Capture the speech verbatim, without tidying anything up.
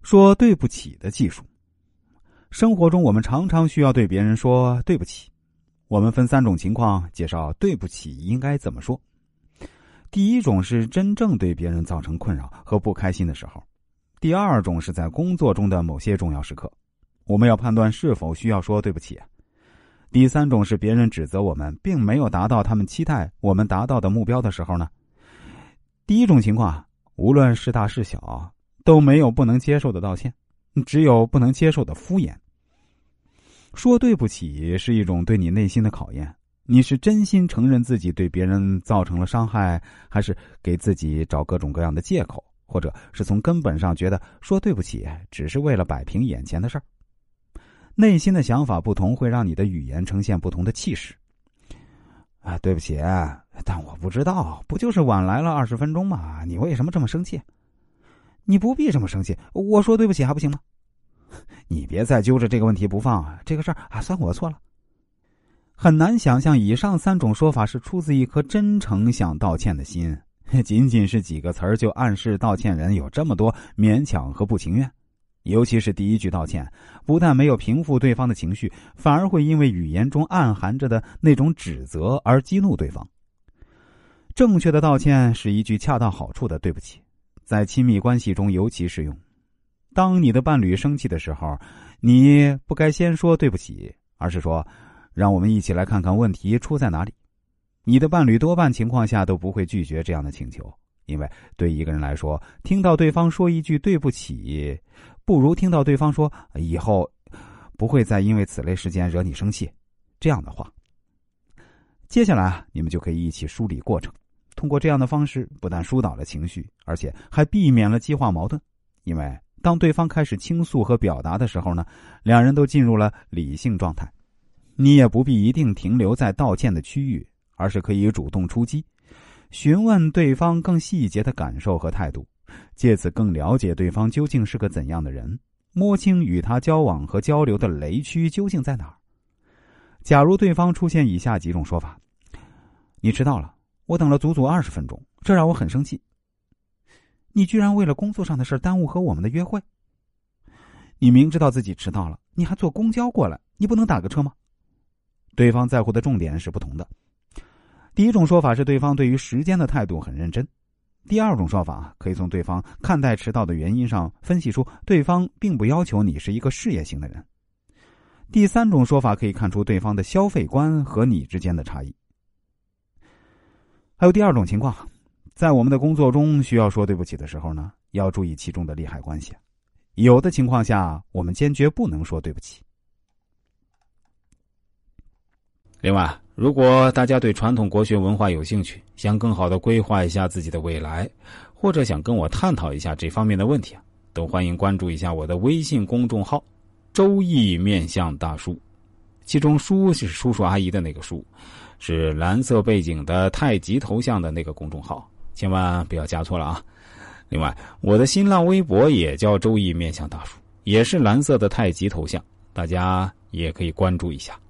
说对不起的技术。生活中我们常常需要对别人说对不起。我们分三种情况介绍对不起应该怎么说。第一种是真正对别人造成困扰和不开心的时候。第二种是在工作中的某些重要时刻，我们要判断是否需要说对不起。第三种是别人指责我们并没有达到他们期待我们达到的目标的时候呢。第一种情况，无论是大是小，都没有不能接受的道歉，只有不能接受的敷衍。说对不起是一种对你内心的考验，你是真心承认自己对别人造成了伤害，还是给自己找各种各样的借口，或者是从根本上觉得说对不起只是为了摆平眼前的事儿。内心的想法不同，会让你的语言呈现不同的气势。啊，对不起，但我不知道，不就是晚来了二十分钟吗？你为什么这么生气？你不必这么生气，我说对不起还不行吗？你别再揪着这个问题不放，这个事儿啊，算我错了。很难想象以上三种说法是出自一颗真诚想道歉的心，仅仅是几个词儿就暗示道歉人有这么多勉强和不情愿。尤其是第一句道歉，不但没有平复对方的情绪，反而会因为语言中暗含着的那种指责而激怒对方。正确的道歉是一句恰到好处的对不起，在亲密关系中尤其适用。当你的伴侣生气的时候，你不该先说对不起，而是说让我们一起来看看问题出在哪里。你的伴侣多半情况下都不会拒绝这样的请求，因为对一个人来说，听到对方说一句对不起，不如听到对方说以后不会再因为此类事件惹你生气这样的话。接下来你们就可以一起梳理过程，通过这样的方式不但疏导了情绪，而且还避免了激化矛盾。因为当对方开始倾诉和表达的时候呢，两人都进入了理性状态。你也不必一定停留在道歉的区域，而是可以主动出击，询问对方更细节的感受和态度，借此更了解对方究竟是个怎样的人，摸清与他交往和交流的雷区究竟在哪儿。假如对方出现以下几种说法：你迟到了，我等了足足二十分钟，这让我很生气。你居然为了工作上的事耽误和我们的约会。你明知道自己迟到了，你还坐公交过来，你不能打个车吗？对方在乎的重点是不同的。第一种说法是对方对于时间的态度很认真。第二种说法可以从对方看待迟到的原因上分析出对方并不要求你是一个事业型的人。第三种说法可以看出对方的消费观和你之间的差异。还有第二种情况，在我们的工作中需要说对不起的时候呢，要注意其中的利害关系。有的情况下，我们坚决不能说对不起。 另外，如果大家对传统国学文化有兴趣，想更好的规划一下自己的未来，或者想跟我探讨一下这方面的问题啊，都欢迎关注一下我的微信公众号周易面相大叔，其中叔是叔叔阿姨的那个叔，是蓝色背景的太极头像的那个公众号，千万不要加错了啊。另外，我的新浪微博也叫周易面相大叔，也是蓝色的太极头像，大家也可以关注一下。